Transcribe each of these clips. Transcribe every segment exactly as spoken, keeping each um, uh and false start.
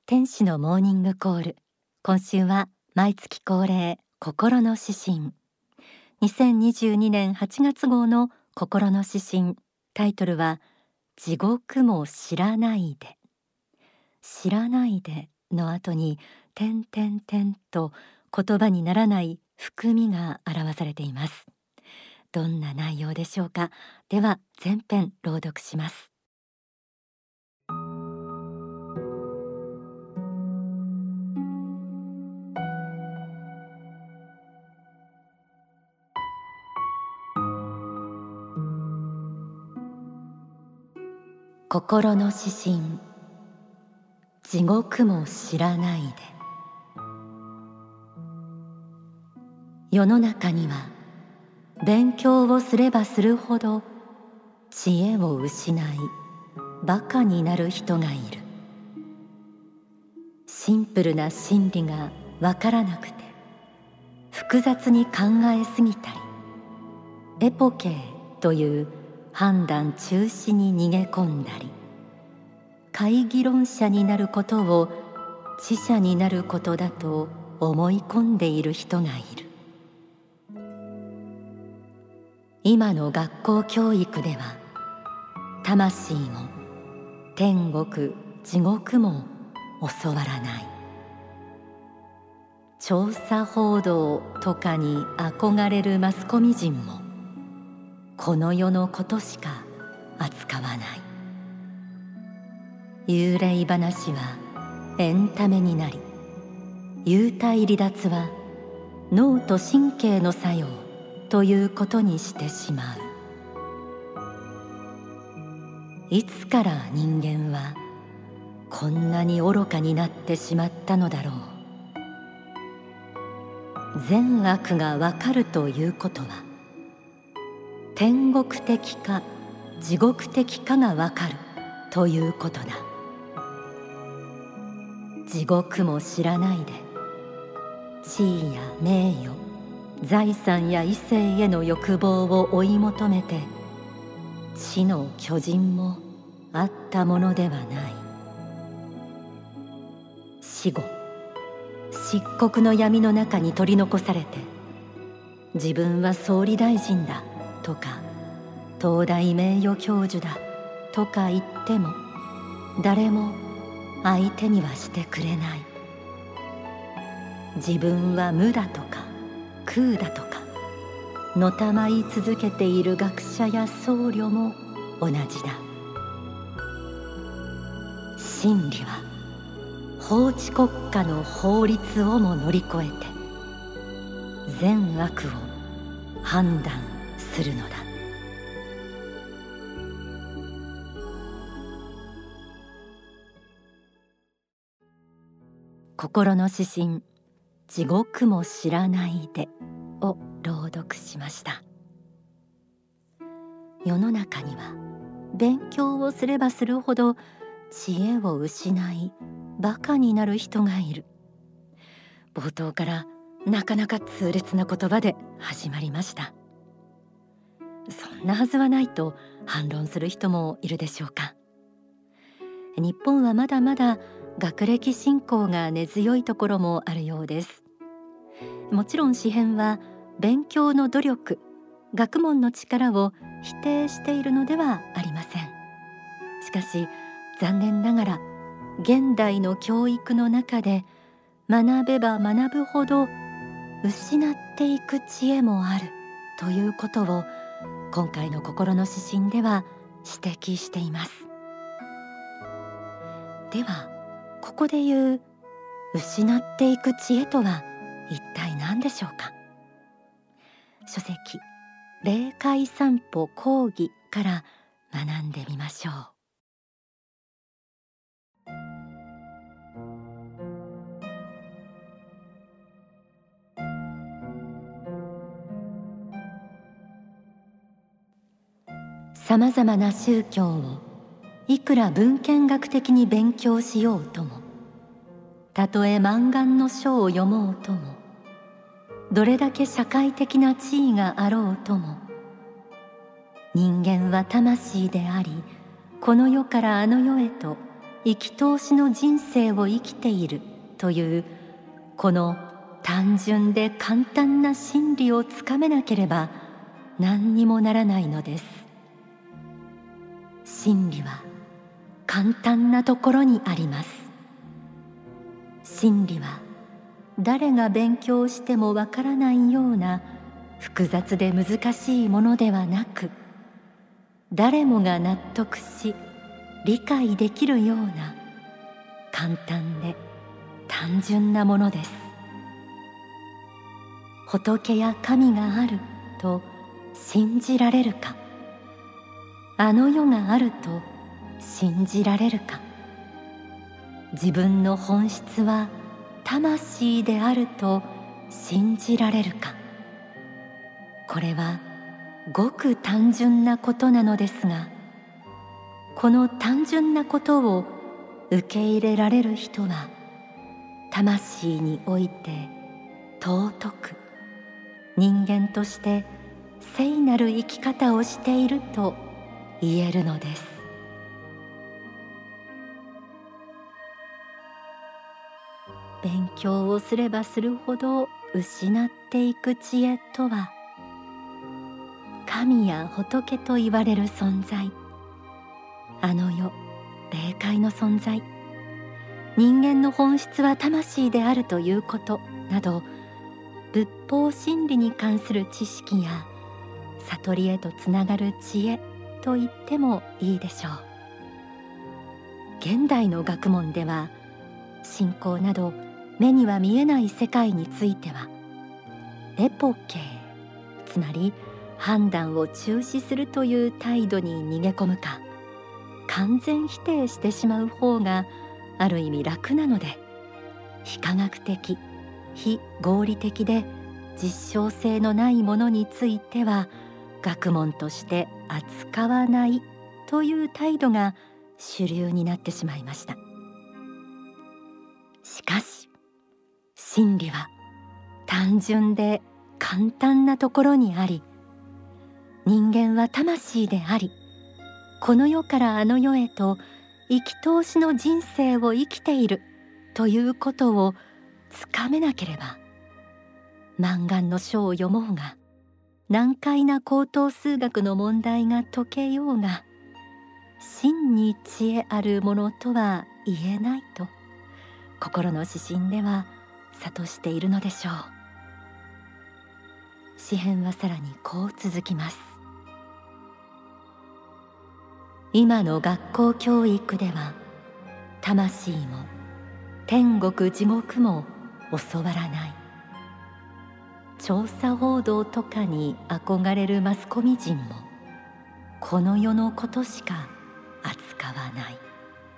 天使のモーニングコール。今週は毎月恒例心の指針。にせんにじゅうにねんはちがつ号の心の指針、タイトルは地獄も知らないで。知らないでの後に点点点と言葉にならない含みが表されています。どんな内容でしょうか。では全編朗読します。心の指針。地獄も知らないで。世の中には勉強をすればするほど知恵を失いバカになる人がいる。シンプルな真理がわからなくて複雑に考えすぎたり、エポケーという判断中止に逃げ込んだり、懐疑論者になることを知者になることだと思い込んでいる人がいる。今の学校教育では魂も天国地獄も教わらない。調査報道とかに憧れるマスコミ人もこの世のことしか扱わない。幽霊話はエンタメになり、幽体離脱は脳と神経の作用ということにしてしまう。いつから人間はこんなに愚かになってしまったのだろう。善悪がわかるということは、天国的か地獄的かがわかるということだ。地獄も知らないで、地位や名誉、財産や異性への欲望を追い求めて、地の巨人もあったものではない。死後、漆黒の闇の中に取り残されて、自分は総理大臣だとか、東大名誉教授だとか言っても、誰も相手にはしてくれない。自分は無だとか空だとかのたまい続けている学者や僧侶も同じだ。真理は法治国家の法律をも乗り越えて善悪を判断するのだ。心の指針、地獄も知らないでを朗読しました。世の中には勉強をすればするほど知恵を失いバカになる人がいる。冒頭からなかなか痛烈な言葉で始まりました。そんなはずはないと反論する人もいるでしょうか。日本はまだまだ学歴信仰が根強いところもあるようです。もちろん詩編は勉強の努力、学問の力を否定しているのではありません。しかし残念ながら現代の教育の中で学べば学ぶほど失っていく知恵もあるということを今回の心の指針では指摘しています。ではここで言う失っていく知恵とは一体何でしょうか。書籍霊界散歩講義から学んでみましょう。さまざまな宗教をいくら文献学的に勉強しようとも、たとえ満願の書を読もうとも、どれだけ社会的な地位があろうとも、人間は魂であり、この世からあの世へと生き通しの人生を生きているというこの単純で簡単な真理をつかめなければ何にもならないのです。真理は簡単なところにあります。真理は誰が勉強してもわからないような複雑で難しいものではなく、誰もが納得し理解できるような簡単で単純なものです。仏や神があると信じられるか、あの世があると信じられるか、自分の本質は魂であると信じられるか、これはごく単純なことなのですが、この単純なことを受け入れられる人は魂において尊く人間として聖なる生き方をしていると言えるのです。勉強をすればするほど失っていく知恵とは、神や仏と言われる存在、あの世霊界の存在、人間の本質は魂であるということなど、仏法真理に関する知識や悟りへとつながる知恵と言ってもいいでしょう。現代の学問では信仰など目には見えない世界についてはレポケー、つまり判断を中止するという態度に逃げ込むか、完全否定してしまう方がある意味楽なので、非科学的、非合理的で実証性のないものについては学問として扱わないという態度が主流になってしまいました。しかし真理は単純で簡単なところにあり、人間は魂であり、この世からあの世へと生き通しの人生を生きているということをつかめなければ、満願の書を読もうが、難解な高等数学の問題が解けようが、真に知恵あるものとは言えないと心の指針では諭しているのでしょう。詩編はさらにこう続きます。今の学校教育では魂も天国地獄も教わらない。調査報道とかに憧れるマスコミ人もこの世のことしか扱わない。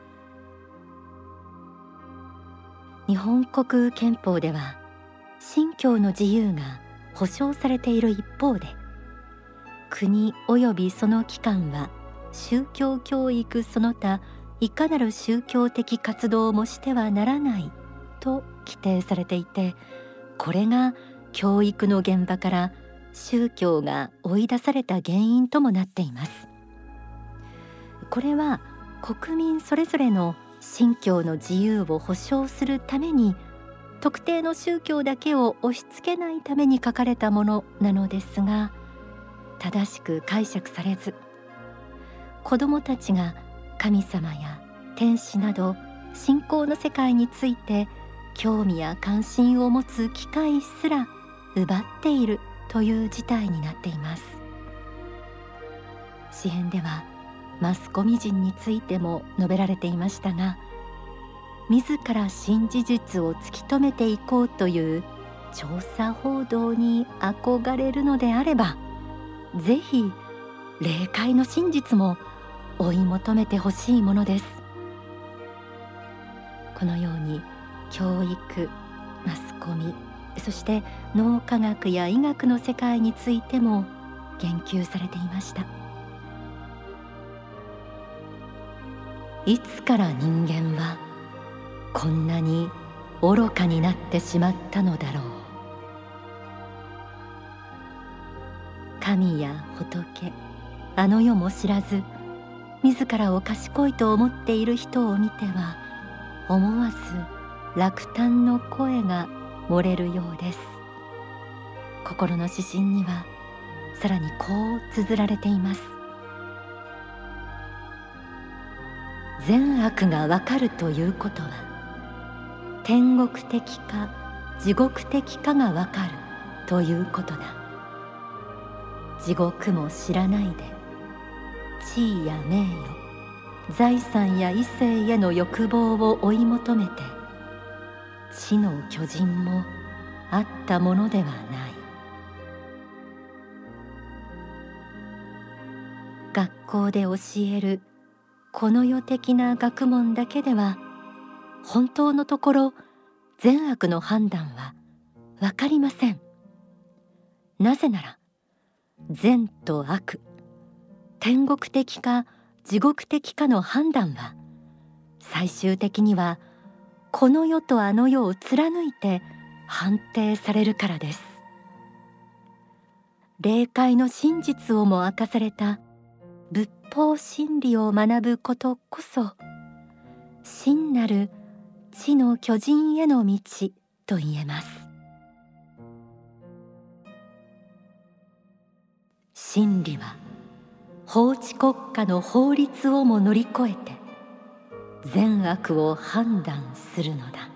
日本国憲法では信教の自由が保障されている一方で、国及びその機関は宗教教育その他いかなる宗教的活動もしてはならないと規定されていて、これが教育の現場から宗教が追い出された原因ともなっています。これは国民それぞれの信教の自由を保障するために、特定の宗教だけを押し付けないために書かれたものなのですが、正しく解釈されず、子どもたちが神様や天使など信仰の世界について興味や関心を持つ機会すら奪っているという事態になっています。詩編ではマスコミ人についても述べられていましたが、自ら真事実を突き止めていこうという調査報道に憧れるのであれば、ぜひ霊界の真実も追い求めてほしいものです。このように教育、マスコミ、そして脳科学や医学の世界についても言及されていました。いつから人間はこんなに愚かになってしまったのだろう。神や仏、あの世も知らず、 自らを賢いと思っている人を見ては思わず落胆の声が漏れるようです。心の指針にはさらにこう綴られています。善悪がわかるということは、天国的か地獄的かがわかるということだ。地獄も知らないで、地位や名誉、財産や異性への欲望を追い求めて、地の巨人もあったものではない。学校で教えるこの世的な学問だけでは、本当のところ善悪の判断はわかりません。なぜなら、善と悪、天国的か地獄的かの判断は、最終的にはこの世とあの世を貫いて判定されるからです。霊界の真実をも明かされた仏法真理を学ぶことこそ、真なる地の巨人への道と言えます。真理は法治国家の法律をも乗り越えて善悪を判断するのだ。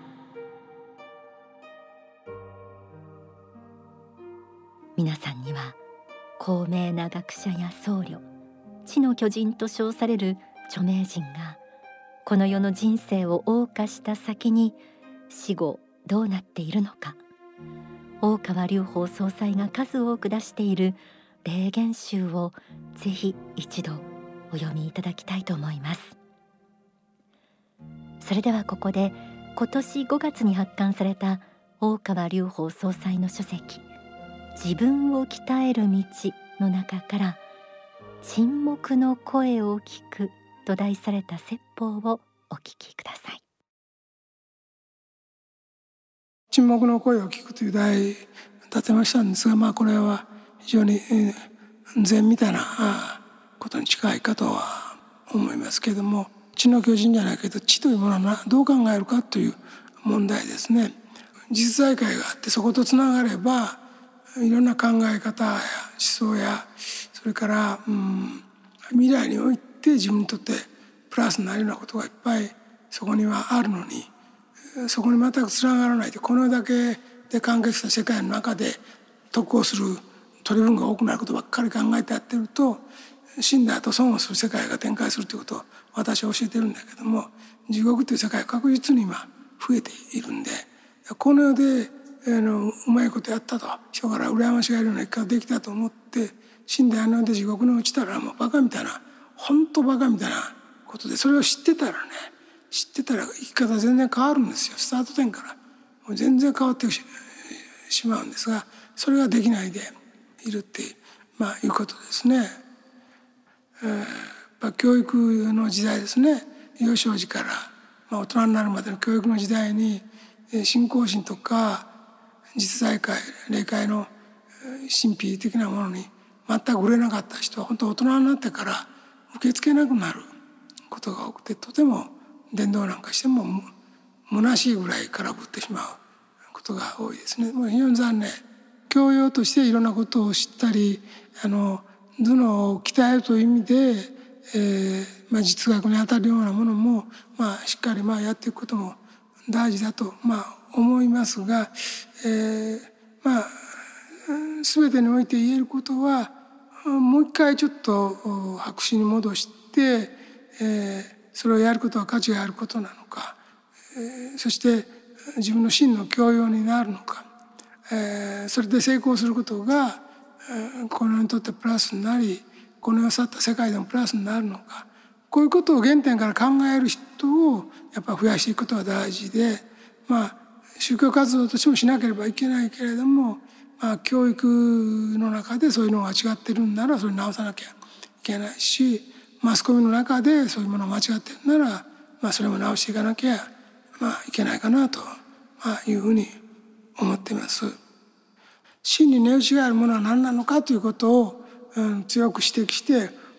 皆さんには高名な学者や僧侶、地の巨人と称される著名人がこの世の人生を謳歌した先に死後どうなっているのか、大川隆法総裁が数多く出している霊言集をぜひ一度お読みいただきたいと思います。それではここで今年ごがつに発刊された大川隆法総裁の書籍自分を鍛える道の中から沈黙の声を聞くと題された説法をお聞きください。 沈黙の声を聞くという題立てましたんですが、まあこれは非常に禅みたいなことに近いかとは思いますけれども、地の巨人じゃないけど地というものはどう考えるかという問題ですね。実在界があって、そことつながればいろんな考え方や思想や、それから、うん、未来において自分にとってプラスになるようなことがいっぱいそこにはあるのに、そこに全くつながらないで、このだけで完結した世界の中で得をする取り分が多くなることばっかり考えてやってると、死んだ後損をする世界が展開するということを私は教えてるんだけども、地獄という世界は確実に今増えているんで、この世であのうまいことやったと、人から羨ましがるような生き方できたと思って死んであの世で地獄に落ちたら、もうバカみたいな、本当バカみたいなことで、それを知ってたらね、知ってたら生き方全然変わるんですよ。スタート点からもう全然変わってしまうんですが、それができないでいるって、まあ、いうことですね。えー、やっぱ教育の時代ですね。幼少時から、まあ、大人になるまでの教育の時代に信仰心とか実在界、霊界の神秘的なものに全く触れなかった人は、本当大人になってから受け付けなくなることが多くて、とても伝道なんかしても虚しいぐらい空振ってしまうことが多いですね。もう非常に残念。教養としていろんなことを知ったり、あの頭脳を鍛えるという意味で、えーまあ、実学に当たるようなものも、まあ、しっかりまあやっていくことも大事だと、まあ、思いますが、えー、まあ全てにおいて言えることは、もう一回ちょっと白紙に戻して、えー、それをやることは価値があることなのか、えー、そして自分の真の教養になるのか、えー、それで成功することが、えー、この世にとってプラスになり、この世を去った世界でもプラスになるのか、こういうことを原点から考える人をやっぱ増やしていくことが大事で、まあ宗教活動としてもしなければいけないけれども、まあ、教育の中でそういうのが違ってるんならそれ直さなきゃいけないし、マスコミの中でそういうものが間違ってるなら、まあ、それも直していかなきゃ、まあ、いけないかなと、まあ、いうふうに思っています。真に値打ちがあるものは何なのかということを、うん、強く指摘して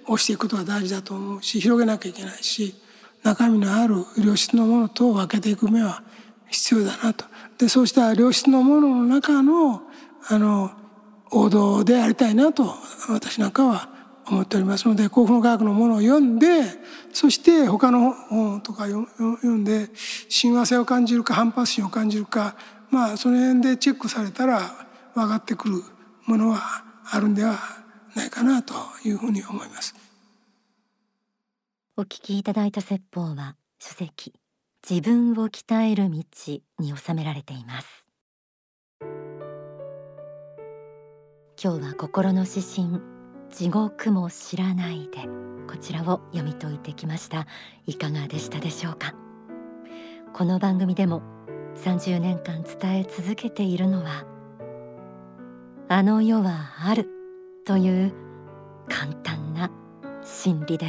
押していくことが大事だと思うし、広げなきゃいけないし、中身のある良質のものと分けていく目は必要だなと。でそうした良質のものの中のあの王道でありたいなと私なんかは思っておりますので、幸福の科学のものを読んで、そして他の本とか読んで親和性を感じるか反発心を感じるか、まあその辺でチェックされたら分かってくるものはあるんではないかなというふうに思います。 お聞きいただいた説法は書籍自分を鍛える道に収められています。今日は心の指針地獄も知らないで、こちらを読み解いてきました。いかがでしたでしょうか。この番組でもさんじゅうねんかん伝え続けているのは、あの世はあるという簡単な真理です。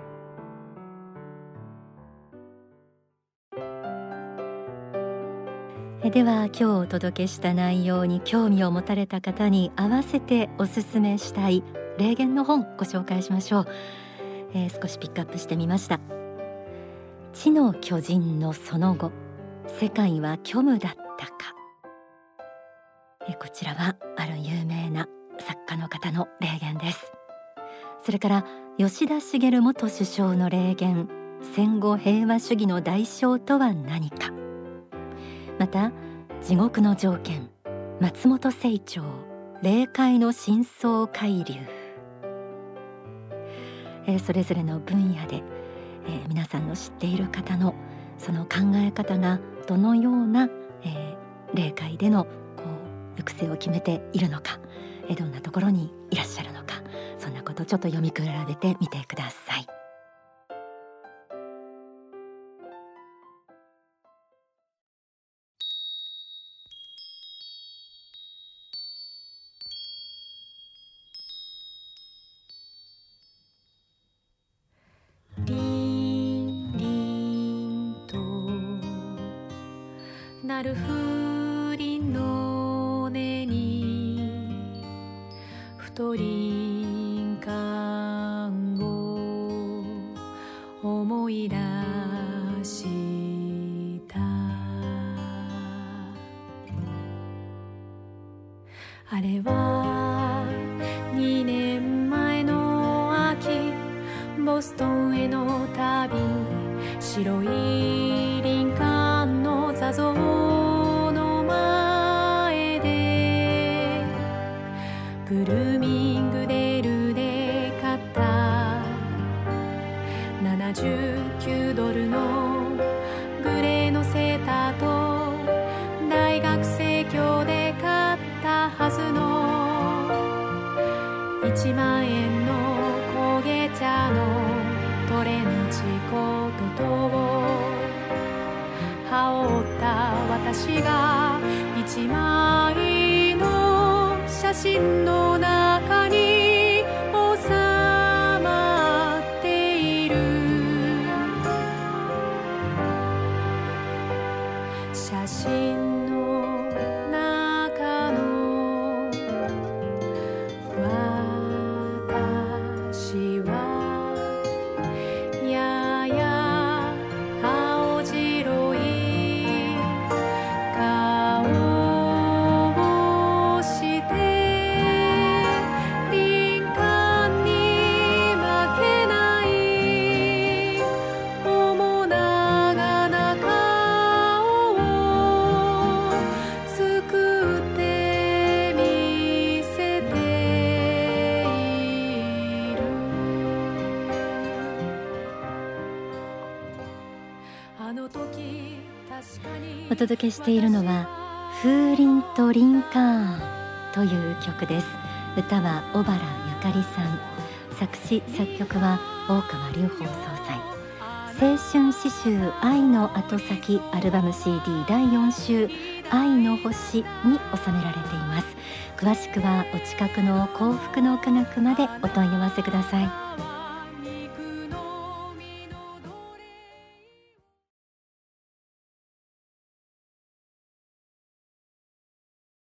では今日お届けした内容に興味を持たれた方に合わせておすすめしたい霊言の本ご紹介しましょう。えー、少しピックアップしてみました。地の巨人のその後、世界は虚無だったか。えこちらはある有名な作家の方の霊言です。それから吉田茂元首相の霊言、戦後平和主義の代償とは何か。また地獄の条件、松本清張霊界の真相海流、えー、それぞれの分野で、えー、皆さんの知っている方のその考え方がどのような、えー、霊界でのこう行く末を決めているのか、えー、どんなところにいらっしゃるのか、そんなことをちょっと読み比べてみてください。 なる風鈴の音に太り感を思い出したあれはにねんまえの秋、ボストンへの旅、白い林間の座像の前でブルーミングデールで買ったななじゅうきゅうドルのグレーのセーターと大学生協で買ったはずのいちまんえんの焦げ茶のトレンチコートと羽織った私が一枚の写真の中に収まっている。写真の中の私はやや青白い顔をして林間に負けない面長な顔を作ってみせている。あの時確かにお届けしているのは風鈴とリンカーンという曲です。歌は小原ゆかりさん、作詞作曲は大川隆法総裁。青春詩集愛の後先アルバム シーディー だいよん週愛の星に収められています。詳しくはお近くの幸福の科学までお問い合わせください。